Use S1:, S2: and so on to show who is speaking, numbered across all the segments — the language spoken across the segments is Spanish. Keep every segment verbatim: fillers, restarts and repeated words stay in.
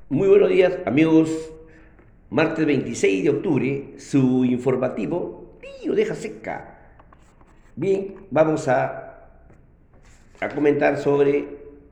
S1: Muy buenos días, amigos. Martes veintiséis de octubre, su informativo, tío, deja seca. Bien, vamos a, a comentar sobre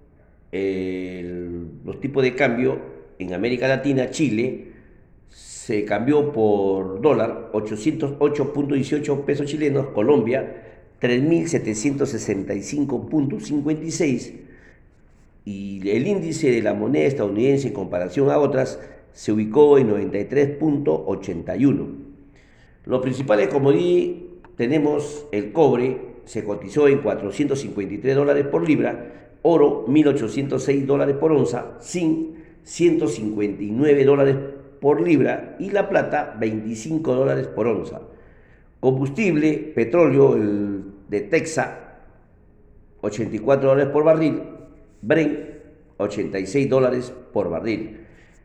S1: el- los tipos de cambio en América Latina. Chile se cambió por dólar ochocientos ocho punto dieciocho pesos chilenos, Colombia tres mil setecientos sesenta y cinco punto cincuenta y seis y el índice de la moneda estadounidense en comparación a otras se ubicó en noventa y tres punto ochenta y uno. Los principales commodities tenemos el cobre, se cotizó en cuatrocientos cincuenta y tres dólares por libra, oro mil ochocientos seis dólares por onza, zinc ciento cincuenta y nueve dólares por libra y la plata veinticinco dólares por onza. Combustible, petróleo el de Texas ochenta y cuatro dólares por barril, Brent ochenta y seis dólares por barril.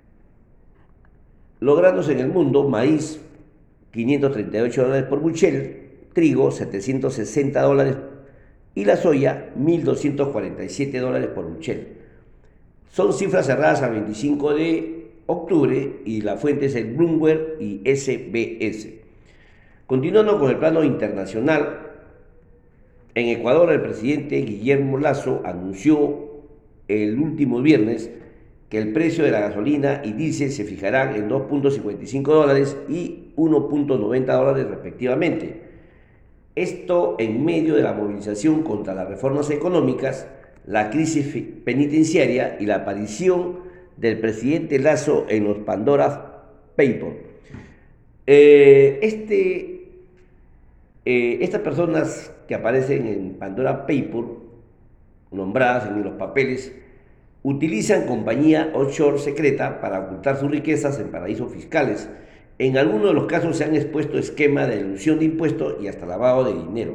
S1: Los granos en el mundo: maíz quinientos treinta y ocho dólares por bushel, trigo setecientos sesenta dólares y la soya mil doscientos cuarenta y siete dólares por bushel. Son cifras cerradas al veinticinco de octubre y la fuente es el Bloomberg y S B S. Continuando con el plano internacional, en Ecuador el presidente Guillermo Lasso anunció el último viernes que el precio de la gasolina y diésel se fijarán en dos punto cincuenta y cinco dólares y uno punto noventa dólares respectivamente. Esto en medio de la movilización contra las reformas económicas, la crisis penitenciaria y la aparición del presidente Lasso en los Pandora Papers. Eh, este, eh, estas personas que aparecen en Pandora Papers, nombradas en los papeles, utilizan compañía offshore secreta para ocultar sus riquezas en paraísos fiscales. En algunos de los casos se han expuesto esquemas de elusión de impuestos y hasta lavado de dinero.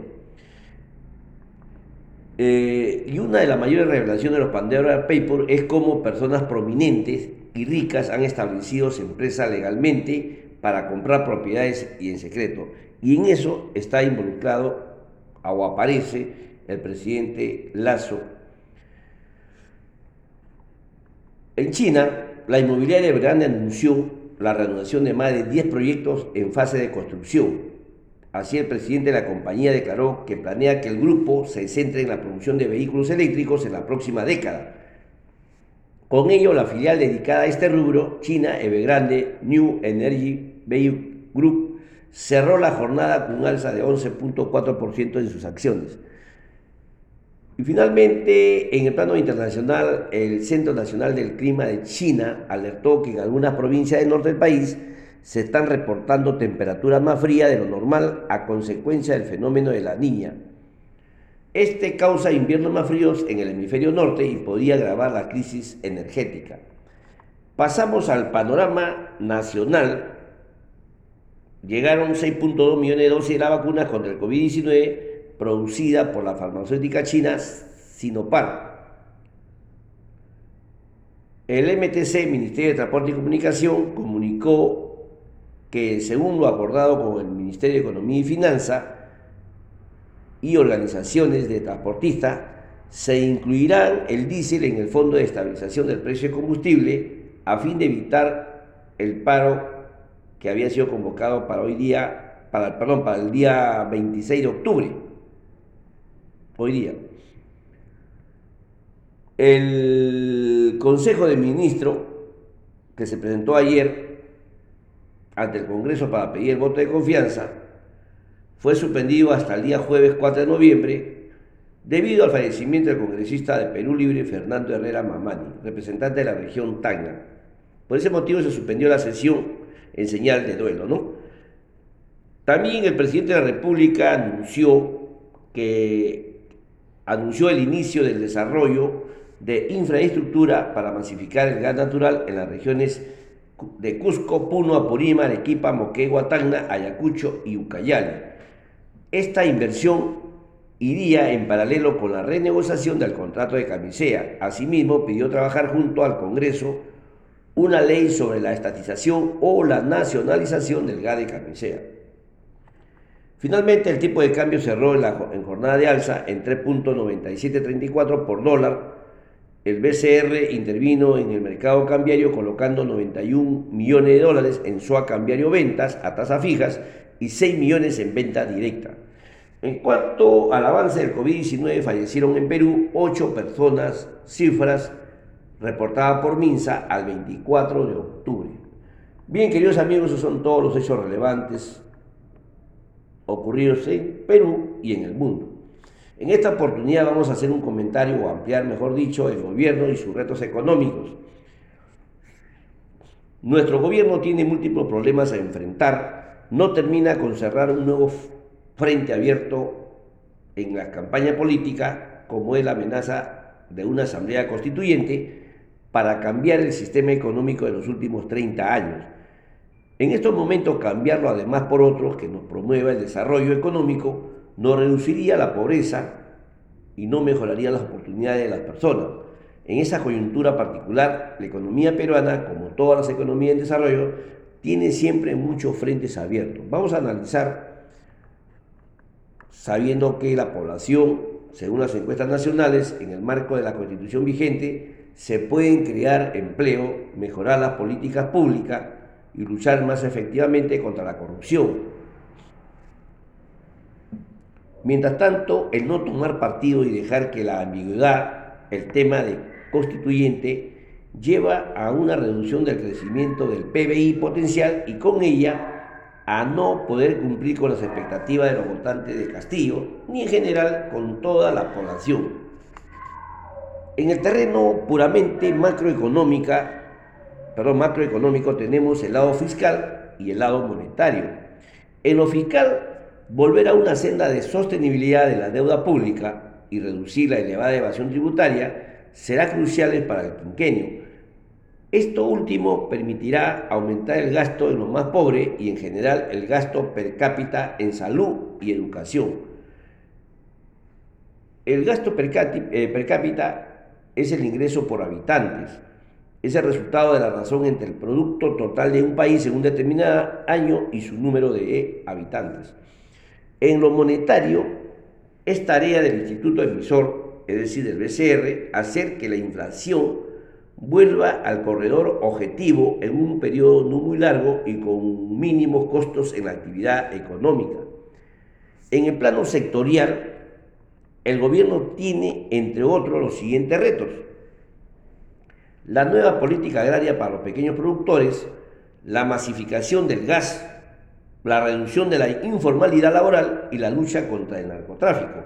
S1: Eh, y una de las mayores revelaciones de los Pandora Papers es cómo personas prominentes y ricas han establecido su empresa legalmente para comprar propiedades y en secreto. Y en eso está involucrado o aparece el presidente Lasso. En China, la inmobiliaria Evergrande anunció la reanudación de más de diez proyectos en fase de construcción. Así, el presidente de la compañía declaró que planea que el grupo se centre en la producción de vehículos eléctricos en la próxima década. Con ello, la filial dedicada a este rubro, China Evergrande New Energy Vehicle Group, cerró la jornada con un alza de once punto cuatro por ciento en sus acciones. Y finalmente, en el plano internacional, el Centro Nacional del Clima de China alertó que en algunas provincias del norte del país se están reportando temperaturas más frías de lo normal a consecuencia del fenómeno de la Niña. Este causa inviernos más fríos en el hemisferio norte y podría agravar la crisis energética. Pasamos al panorama nacional. Llegaron seis punto dos millones de dosis de la vacuna contra el COVID diecinueve producida por la farmacéutica china Sinopharm. El M T C, Ministerio de Transporte y Comunicación, comunicó que según lo acordado con el Ministerio de Economía y Finanzas y organizaciones de transportistas, se incluirán el diésel en el Fondo de Estabilización del Precio de Combustible a fin de evitar el paro que había sido convocado para hoy día, para, perdón, para el día veintiséis de octubre. Hoy día. El Consejo de Ministros, que se presentó ayer ante el Congreso para pedir el voto de confianza, fue suspendido hasta el día jueves cuatro de noviembre debido al fallecimiento del congresista de Perú Libre, Fernando Herrera Mamani, representante de la región Tacna. Por ese motivo se suspendió la sesión en señal de duelo, ¿no? También el presidente de la República anunció que anunció el inicio del desarrollo de infraestructura para masificar el gas natural en las regiones de Cusco, Puno, Apurímac, Arequipa, Moquegua, Tacna, Ayacucho y Ucayali. Esta inversión iría en paralelo con la renegociación del contrato de Camisea. Asimismo, pidió trabajar junto al Congreso una ley sobre la estatización o la nacionalización del gas de Camisea. Finalmente, el tipo de cambio cerró en, la, en jornada de alza en tres punto noventa y siete treinta y cuatro por dólar el B C R intervino en el mercado cambiario colocando noventa y un millones de dólares en S O A cambiario ventas a tasas fijas y seis millones en venta directa. En cuanto al avance del COVID diecinueve, fallecieron en Perú ocho personas, cifras reportadas por MINSA al veinticuatro de octubre. Bien, queridos amigos, esos son todos los hechos relevantes ocurridos en Perú y en el mundo. En esta oportunidad vamos a hacer un comentario o ampliar, mejor dicho, el gobierno y sus retos económicos. Nuestro gobierno tiene múltiples problemas a enfrentar, no termina con cerrar un nuevo frente abierto en la campaña política, como es la amenaza de una asamblea constituyente para cambiar el sistema económico de los últimos treinta años. En estos momentos, cambiarlo además por otro que nos promueva el desarrollo económico no reduciría la pobreza y no mejoraría las oportunidades de las personas. En esa coyuntura particular, la economía peruana, como todas las economías en desarrollo, tiene siempre muchos frentes abiertos. Vamos a analizar, sabiendo que la población, según las encuestas nacionales, en el marco de la Constitución vigente, se pueden crear empleo, mejorar las políticas públicas y luchar más efectivamente contra la corrupción. Mientras tanto, el no tomar partido y dejar que la ambigüedad, el tema de constituyente, lleva a una reducción del crecimiento del P B I potencial y con ella a no poder cumplir con las expectativas de los votantes de Castillo, ni en general con toda la población. En el terreno puramente macroeconómica, perdón, macroeconómico tenemos el lado fiscal y el lado monetario. En lo fiscal, volver a una senda de sostenibilidad de la deuda pública y reducir la elevada evasión tributaria será crucial para el quinquenio. Esto último permitirá aumentar el gasto en los más pobres y en general el gasto per cápita en salud y educación. El gasto per cápita es el ingreso por habitantes. Es el resultado de la razón entre el producto total de un país en un determinado año y su número de habitantes. En lo monetario, es tarea del Instituto Emisor, es decir, del B C R, hacer que la inflación vuelva al corredor objetivo en un periodo no muy largo y con mínimos costos en la actividad económica. En el plano sectorial, el gobierno tiene, entre otros, los siguientes retos: la nueva política agraria para los pequeños productores, la masificación del gas, la reducción de la informalidad laboral y la lucha contra el narcotráfico.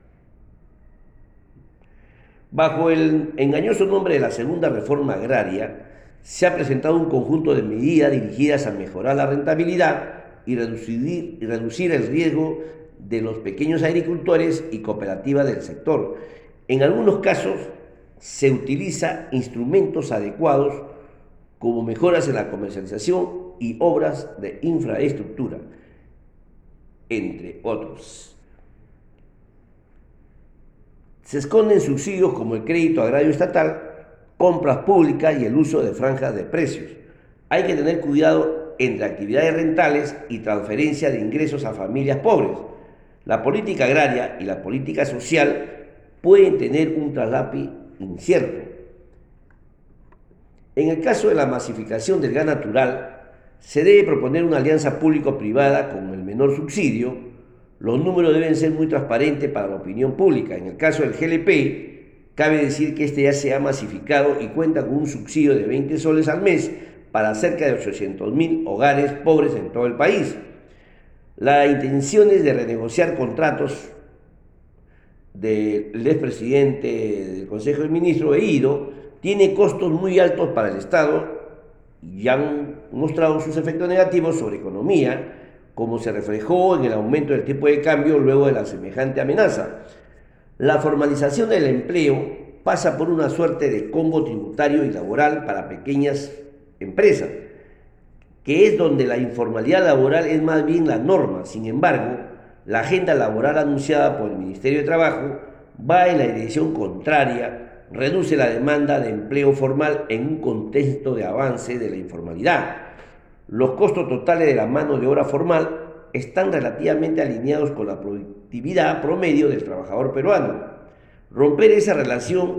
S1: Bajo el engañoso nombre de la segunda reforma agraria, se ha presentado un conjunto de medidas dirigidas a mejorar la rentabilidad y reducir, y reducir el riesgo de los pequeños agricultores y cooperativas del sector. En algunos casos, se utilizan instrumentos adecuados como mejoras en la comercialización y obras de infraestructura, entre otros. Se esconden subsidios como el crédito agrario estatal, compras públicas y el uso de franjas de precios. Hay que tener cuidado entre actividades rentables y transferencia de ingresos a familias pobres. La política agraria y la política social pueden tener un traslape incierto. En el caso de la masificación del gas natural, se debe proponer una alianza público-privada con el menor subsidio. Los números deben ser muy transparentes para la opinión pública. En el caso del G L P, cabe decir que este ya se ha masificado y cuenta con un subsidio de veinte soles al mes para cerca de ochocientos mil hogares pobres en todo el país. La intención es de renegociar contratos del expresidente del Consejo de Ministros, Bellido, tiene costos muy altos para el Estado y han mostrado sus efectos negativos sobre economía, como se reflejó en el aumento del tipo de cambio luego de la semejante amenaza. La formalización del empleo pasa por una suerte de combo tributario y laboral para pequeñas empresas, que es donde la informalidad laboral es más bien la norma. Sin embargo, la agenda laboral anunciada por el Ministerio de Trabajo va en la dirección contraria, reduce la demanda de empleo formal en un contexto de avance de la informalidad. Los costos totales de la mano de obra formal están relativamente alineados con la productividad promedio del trabajador peruano. Romper esa relación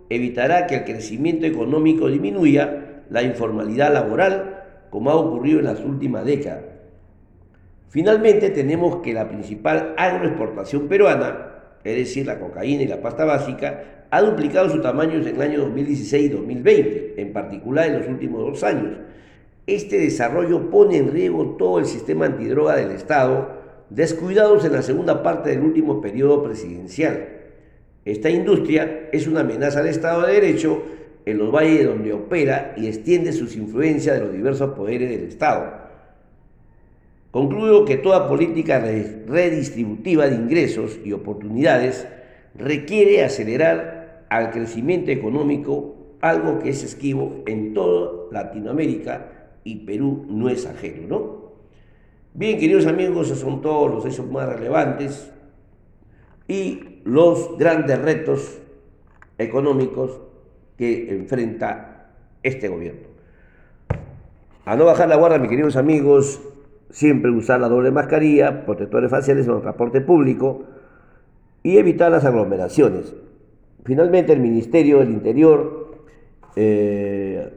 S1: evitará que el crecimiento económico disminuya la informalidad laboral, como ha ocurrido en las últimas décadas. Finalmente, tenemos que la principal agroexportación peruana, es decir, la cocaína y la pasta básica, ha duplicado su tamaño en el año dos mil dieciséis y dos mil veinte, en particular en los últimos dos años. Este desarrollo pone en riesgo todo el sistema antidroga del Estado, descuidados en la segunda parte del último periodo presidencial. Esta industria es una amenaza al Estado de Derecho en los valles donde opera y extiende sus influencias de los diversos poderes del Estado. Concluyo que toda política redistributiva de ingresos y oportunidades requiere acelerar al crecimiento económico, algo que es esquivo en toda Latinoamérica y Perú no es ajeno, ¿no? Bien, queridos amigos, esos son todos los hechos más relevantes y los grandes retos económicos que enfrenta este gobierno. A no bajar la guardia, mis queridos amigos, siempre usar la doble mascarilla, protectores faciales en el transporte público y evitar las aglomeraciones. Finalmente, el Ministerio del Interior eh,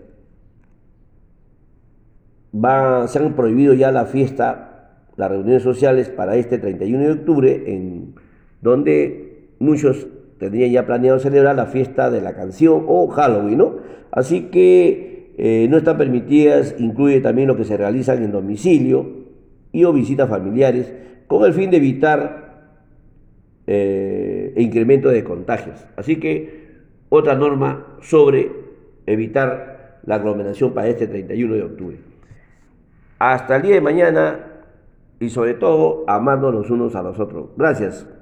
S1: va, se han prohibido ya la fiesta, las reuniones sociales para este treinta y uno de octubre, en donde muchos tendrían ya planeado celebrar la fiesta de la canción o Halloween, ¿no? Así que eh, no están permitidas, incluye también lo que se realizan en domicilio y o visitas familiares, con el fin de evitar eh, el incremento de contagios. Así que otra norma sobre evitar la aglomeración para este treinta y uno de octubre. Hasta el día de mañana y sobre todo amándonos unos a los otros. Gracias.